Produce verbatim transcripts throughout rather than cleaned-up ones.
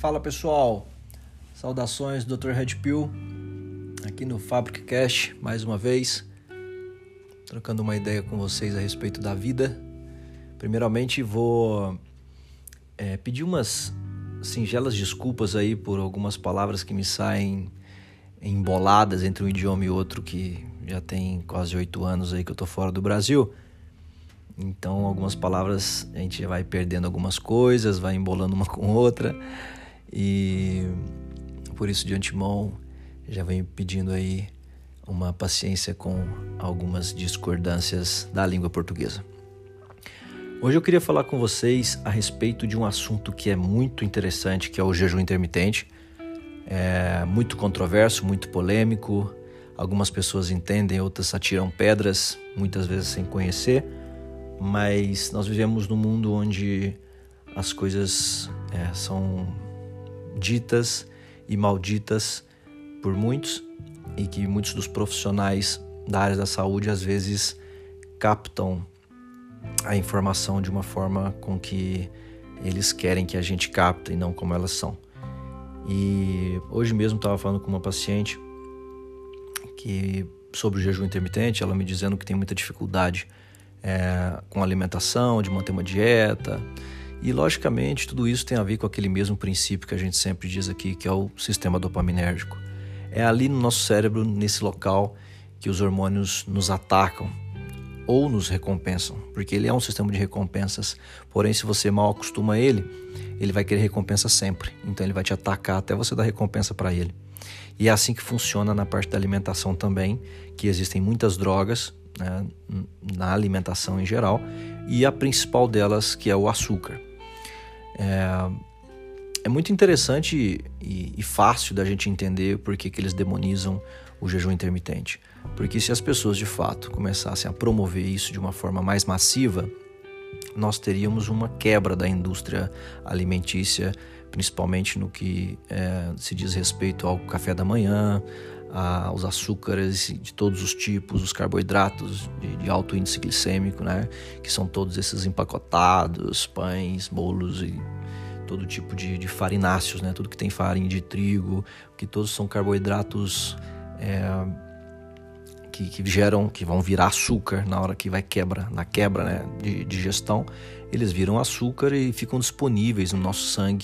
Fala pessoal, saudações doutor Red Pill, aqui no FabricaCast, mais uma vez, trocando uma ideia com vocês a respeito da vida. Primeiramente vou é, pedir umas singelas desculpas aí por algumas palavras que me saem emboladas entre um idioma e outro, que já tem quase oito anos aí que eu tô fora do Brasil. Então algumas palavras a gente vai perdendo algumas coisas, vai embolando uma com outra, e por isso de antemão já venho pedindo aí uma paciência com algumas discordâncias da língua portuguesa. Hoje eu queria falar com vocês a respeito de um assunto que é muito interessante, que é o jejum intermitente. É muito controverso, muito polêmico. Algumas pessoas entendem, outras atiram pedras, muitas vezes sem conhecer. Mas nós vivemos num mundo onde as coisas é, são ditas e malditas por muitos, e que muitos dos profissionais da área da saúde às vezes captam a informação de uma forma com que eles querem que a gente capte e não como elas são. E hoje mesmo estava falando com uma paciente que, sobre o jejum intermitente, ela me dizendo que tem muita dificuldade é, com alimentação, de manter uma dieta. E logicamente tudo isso tem a ver com aquele mesmo princípio que a gente sempre diz aqui, que é o sistema dopaminérgico. É ali no nosso cérebro, nesse local, que os hormônios nos atacam ou nos recompensam, porque ele é um sistema de recompensas. Porém, se você mal acostuma ele, ele vai querer recompensa sempre. Então ele vai te atacar até você dar recompensa para ele. E é assim que funciona na parte da alimentação também, que existem muitas drogas, né, na alimentação em geral, e a principal delas, que é o açúcar. É, é muito interessante e, e fácil da gente entender por que, que eles demonizam o jejum intermitente. Porque se as pessoas de fato começassem a promover isso de uma forma mais massiva, nós teríamos uma quebra da indústria alimentícia, principalmente no que é, se diz respeito ao café da manhã, aos açúcares de todos os tipos, os carboidratos de, de alto índice glicêmico, né? Que são todos esses empacotados, pães, bolos e todo tipo de, de farináceos, né? Tudo que tem farinha de trigo, que todos são carboidratos é, que, que geram, que vão virar açúcar na hora que vai quebra, na quebra, né, de digestão, eles viram açúcar e ficam disponíveis no nosso sangue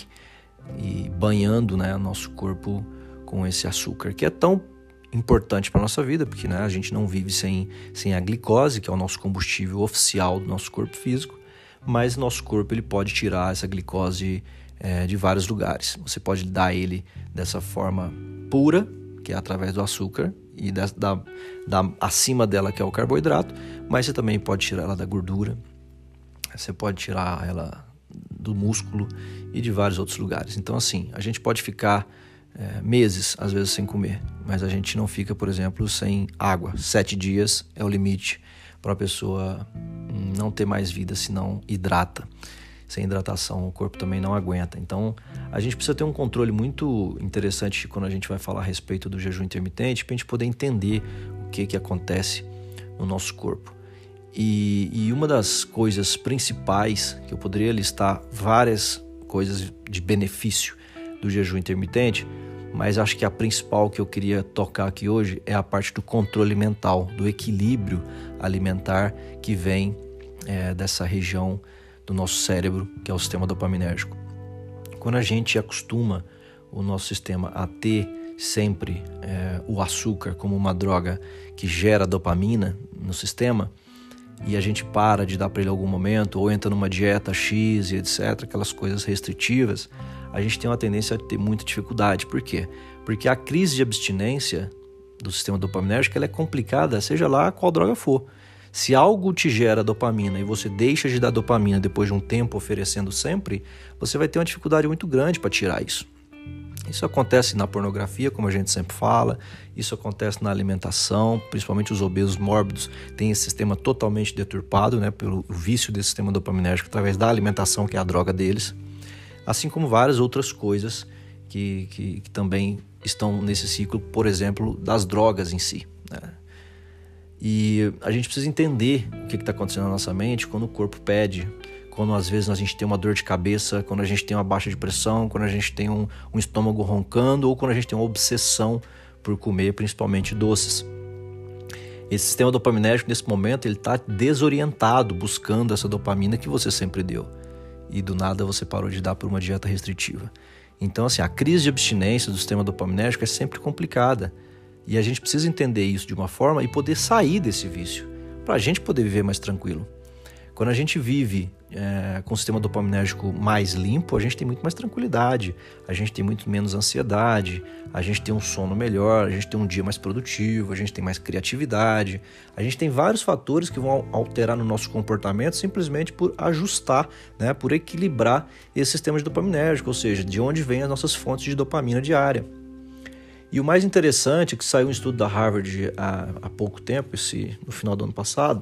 e banhando, né, o nosso corpo com esse açúcar, que é tão importante para a nossa vida, porque, né, a gente não vive sem, sem a glicose, que é o nosso combustível oficial do nosso corpo físico, mas nosso corpo ele pode tirar essa glicose é, de vários lugares. Você pode dar ele dessa forma pura, que é através do açúcar, e da, da, da, acima dela, que é o carboidrato, mas você também pode tirar ela da gordura, você pode tirar ela do músculo e de vários outros lugares. Então, assim, a gente pode ficar É, meses, às vezes, sem comer, mas a gente não fica, por exemplo, sem água. Sete dias é o limite para a pessoa não ter mais vida se não hidrata. Sem hidratação, o corpo também não aguenta. Então, a gente precisa ter um controle muito interessante quando a gente vai falar a respeito do jejum intermitente, para a gente poder entender o que, que acontece no nosso corpo. E, e uma das coisas principais, que eu poderia listar várias coisas de benefício do jejum intermitente, mas acho que a principal que eu queria tocar aqui hoje é a parte do controle mental, do equilíbrio alimentar que vem é, dessa região do nosso cérebro, que é o sistema dopaminérgico. Quando a gente acostuma o nosso sistema a ter sempre é, o açúcar como uma droga que gera dopamina no sistema, e a gente para de dar para ele em algum momento, ou entra numa dieta X e etcétera, aquelas coisas restritivas, a gente tem uma tendência a ter muita dificuldade. Por quê? Porque a crise de abstinência do sistema dopaminérgico ela é complicada, seja lá qual droga for. Se algo te gera dopamina e você deixa de dar dopamina depois de um tempo oferecendo sempre, você vai ter uma dificuldade muito grande para tirar isso. Isso acontece na pornografia, como a gente sempre fala, isso acontece na alimentação, principalmente os obesos mórbidos têm esse sistema totalmente deturpado, né, pelo vício desse sistema dopaminérgico através da alimentação, que é a droga deles, assim como várias outras coisas que, que, que também estão nesse ciclo, por exemplo, das drogas em si, né? E a gente precisa entender o que está acontecendo na nossa mente quando o corpo pede quando às vezes a gente tem uma dor de cabeça, quando a gente tem uma baixa de pressão, quando a gente tem um, um estômago roncando ou quando a gente tem uma obsessão por comer, principalmente doces. Esse sistema dopaminérgico, nesse momento, ele está desorientado, buscando essa dopamina que você sempre deu. E do nada você parou de dar por uma dieta restritiva. Então, assim, a crise de abstinência do sistema dopaminérgico é sempre complicada. E a gente precisa entender isso de uma forma e poder sair desse vício, para a gente poder viver mais tranquilo. Quando a gente vive é, com o sistema dopaminérgico mais limpo, a gente tem muito mais tranquilidade, a gente tem muito menos ansiedade, a gente tem um sono melhor, a gente tem um dia mais produtivo, a gente tem mais criatividade, a gente tem vários fatores que vão alterar no nosso comportamento simplesmente por ajustar, né, por equilibrar esse sistema de dopaminérgico, ou seja, de onde vêm as nossas fontes de dopamina diária. E o mais interessante é que saiu um estudo da Harvard há, há pouco tempo, esse, no final do ano passado,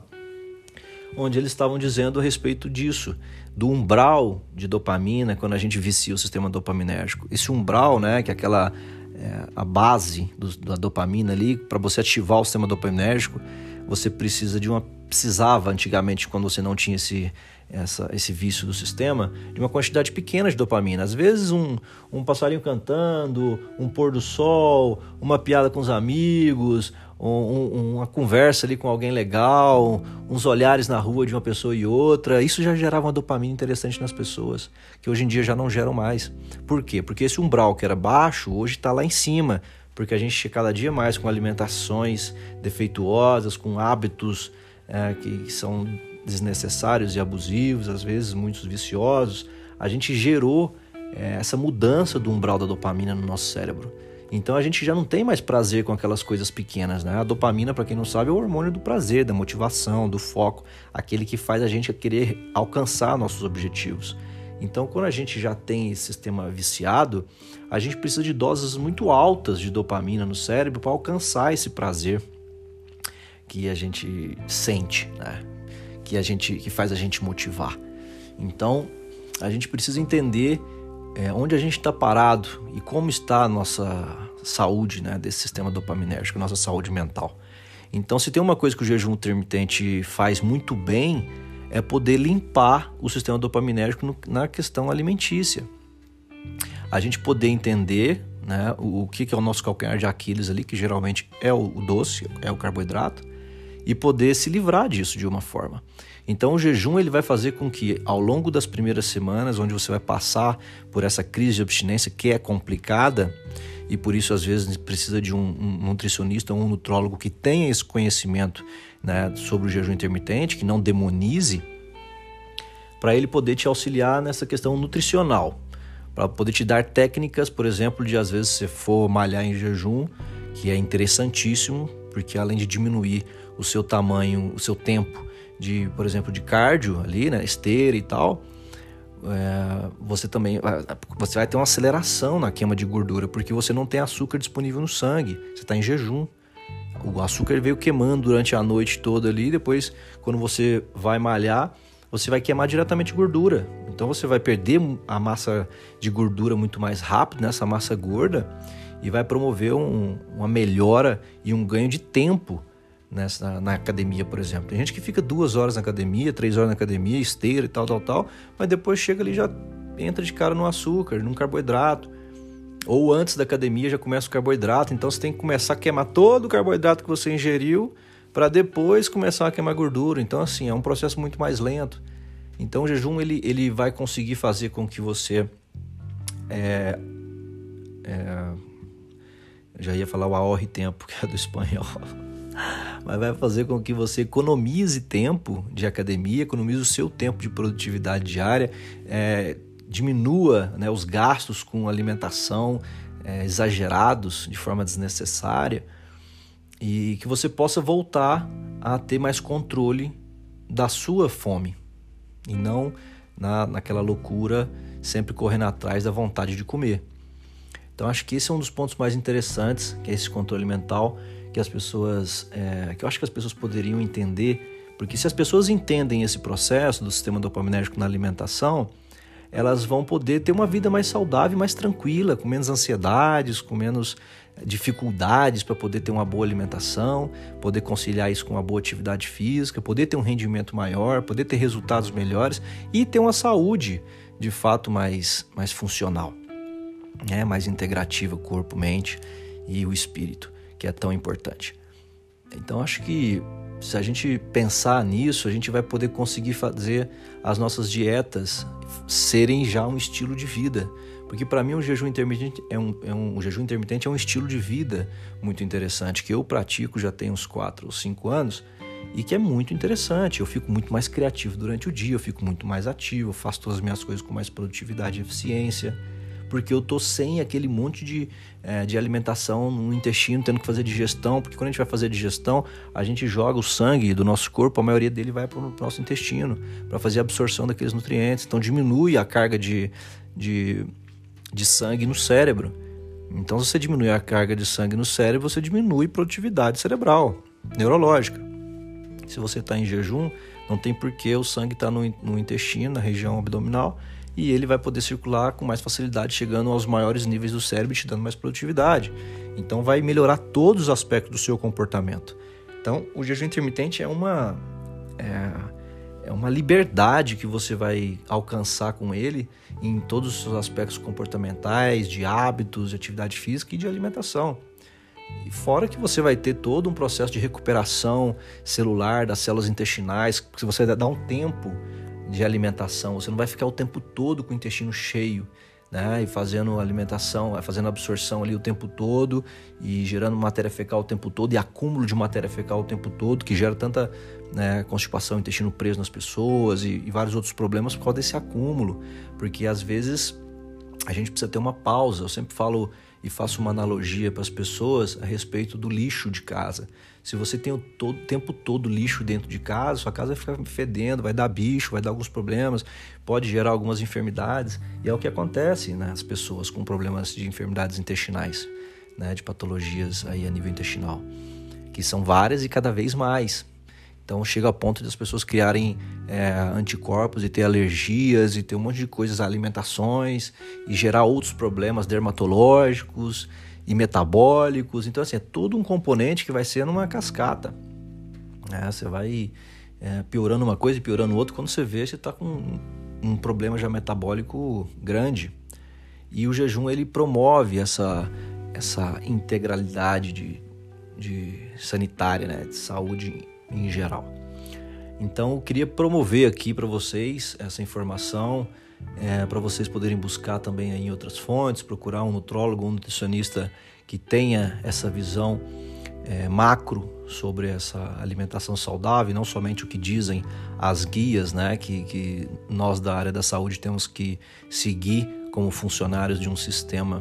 onde eles estavam dizendo a respeito disso, do umbral de dopamina quando a gente vicia o sistema dopaminérgico. Esse umbral, né, que é aquela é, a base do, da dopamina ali, para você ativar o sistema dopaminérgico, você precisa de uma precisava antigamente, quando você não tinha esse, essa, esse vício do sistema, de uma quantidade pequena de dopamina. Às vezes um, um passarinho cantando, um pôr do sol, uma piada com os amigos, um, um, uma conversa ali com alguém legal, uns olhares na rua de uma pessoa e outra. Isso já gerava uma dopamina interessante nas pessoas, que hoje em dia já não geram mais. Por quê? Porque esse umbral que era baixo, hoje está lá em cima, porque a gente cada dia mais com alimentações defeituosas, com hábitos é, que são desnecessários e abusivos, às vezes muitos viciosos, a gente gerou é, essa mudança do umbral da dopamina no nosso cérebro. Então a gente já não tem mais prazer com aquelas coisas pequenas, né? A dopamina, para quem não sabe, é o hormônio do prazer, da motivação, do foco, aquele que faz a gente querer alcançar nossos objetivos. Então, quando a gente já tem esse sistema viciado, a gente precisa de doses muito altas de dopamina no cérebro para alcançar esse prazer que a gente sente, né? que, a gente, que faz a gente motivar. Então, a gente precisa entender é, onde a gente está parado e como está a nossa saúde, né, desse sistema dopaminérgico, nossa saúde mental. Então, se tem uma coisa que o jejum intermitente faz muito bem, é poder limpar o sistema dopaminérgico no, na questão alimentícia. A gente poder entender, né, o, o que, que é o nosso calcanhar de Aquiles ali, que geralmente é o, o doce, é o carboidrato, e poder se livrar disso de uma forma. Então o jejum ele vai fazer com que ao longo das primeiras semanas, onde você vai passar por essa crise de abstinência que é complicada, e por isso às vezes precisa de um, um nutricionista ou um nutrólogo que tenha esse conhecimento, né, sobre o jejum intermitente, que não demonize, para ele poder te auxiliar nessa questão nutricional, para poder te dar técnicas, por exemplo, de às vezes você for malhar em jejum, que é interessantíssimo, porque além de diminuir o seu tamanho, o seu tempo de, por exemplo, de cardio ali, né, esteira e tal, é, você também você vai ter uma aceleração na queima de gordura, porque você não tem açúcar disponível no sangue, você está em jejum. O açúcar veio queimando durante a noite toda ali, depois quando você vai malhar, você vai queimar diretamente gordura. Então você vai perder a massa de gordura muito mais rápido, né, essa massa gorda, e vai promover um, uma melhora e um ganho de tempo nessa, na academia, por exemplo. Tem gente que fica duas horas na academia, três horas na academia, esteira e tal, tal, tal, mas depois chega ali e já entra de cara no açúcar, num carboidrato. Ou antes da academia já começa o carboidrato, então você tem que começar a queimar todo o carboidrato que você ingeriu para depois começar a queimar gordura. Então, assim, é um processo muito mais lento. Então, o jejum ele, ele vai conseguir fazer com que você... É, é, já ia falar o ahorre tempo, que é do espanhol. Mas vai fazer com que você economize tempo de academia, economize o seu tempo de produtividade diária, é, diminua, né, os gastos com alimentação é, exagerados de forma desnecessária e que você possa voltar a ter mais controle da sua fome e não na, naquela loucura sempre correndo atrás da vontade de comer. Então acho que esse é um dos pontos mais interessantes, que é esse controle mental, que as pessoas, é, que eu acho que as pessoas poderiam entender, porque se as pessoas entendem esse processo do sistema dopaminérgico na alimentação, elas vão poder ter uma vida mais saudável, mais tranquila, com menos ansiedades, com menos dificuldades para poder ter uma boa alimentação, poder conciliar isso com uma boa atividade física, poder ter um rendimento maior, poder ter resultados melhores e ter uma saúde de fato mais, mais funcional, né? Mais integrativa, corpo, mente e o espírito, que é tão importante. Então acho que se a gente pensar nisso, a gente vai poder conseguir fazer as nossas dietas serem já um estilo de vida. Porque para mim o jejum intermitente é um, é um, o jejum intermitente é um estilo de vida muito interessante, que eu pratico já tem uns quatro ou cinco anos e que é muito interessante. Eu fico muito mais criativo durante o dia, eu fico muito mais ativo, eu faço todas as minhas coisas com mais produtividade e eficiência, porque eu tô sem aquele monte de, é, de alimentação no intestino, tendo que fazer digestão, porque quando a gente vai fazer digestão, a gente joga o sangue do nosso corpo, a maioria dele vai para o nosso intestino, para fazer a absorção daqueles nutrientes, então diminui a carga de, de, de sangue no cérebro. Então se você diminui a carga de sangue no cérebro, você diminui a produtividade cerebral, neurológica. Se você está em jejum, não tem porquê o sangue estar tá no, no intestino, na região abdominal, e ele vai poder circular com mais facilidade, chegando aos maiores níveis do cérebro e te dando mais produtividade. Então vai melhorar todos os aspectos do seu comportamento. Então o jejum intermitente é uma, é, é uma liberdade que você vai alcançar com ele em todos os seus aspectos comportamentais, de hábitos, de atividade física e de alimentação. E fora que você vai ter todo um processo de recuperação celular das células intestinais, porque você vai dar um tempo de alimentação, você não vai ficar o tempo todo com o intestino cheio, né? E fazendo alimentação, fazendo absorção ali o tempo todo e gerando matéria fecal o tempo todo e acúmulo de matéria fecal o tempo todo, que gera tanta, né, constipação, intestino preso nas pessoas e, e vários outros problemas por causa desse acúmulo, porque às vezes a gente precisa ter uma pausa. Eu sempre falo e faço uma analogia para as pessoas a respeito do lixo de casa. Se você tem o todo, tempo todo lixo dentro de casa, sua casa vai ficar fedendo, vai dar bicho, vai dar alguns problemas, pode gerar algumas enfermidades. E é o que acontece nas pessoas com problemas de enfermidades intestinais, né, de patologias aí a nível intestinal, que são várias e cada vez mais. Então chega ao ponto de as pessoas criarem é, anticorpos e ter alergias e ter um monte de coisas, alimentações, e gerar outros problemas dermatológicos e metabólicos. Então assim, é todo um componente que vai ser numa cascata, né? Você vai é, piorando uma coisa e piorando outra, quando você vê, você está com um, um problema já metabólico grande. E o jejum, ele promove essa, essa integralidade de, de sanitária, né? De saúde em geral. Então eu queria promover aqui para vocês essa informação, é, para vocês poderem buscar também aí em outras fontes, procurar um nutrólogo, um nutricionista que tenha essa visão é, macro sobre essa alimentação saudável, não somente o que dizem as guias, né, que, que nós da área da saúde temos que seguir como funcionários de um sistema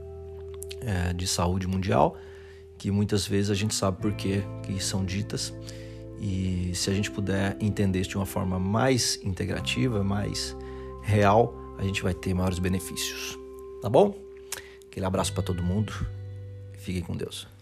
é, de saúde mundial, que muitas vezes a gente sabe por quê que são ditas. E se a gente puder entender isso de uma forma mais integrativa, mais real, a gente vai ter maiores benefícios. Tá bom? Aquele abraço para todo mundo. Fiquem com Deus.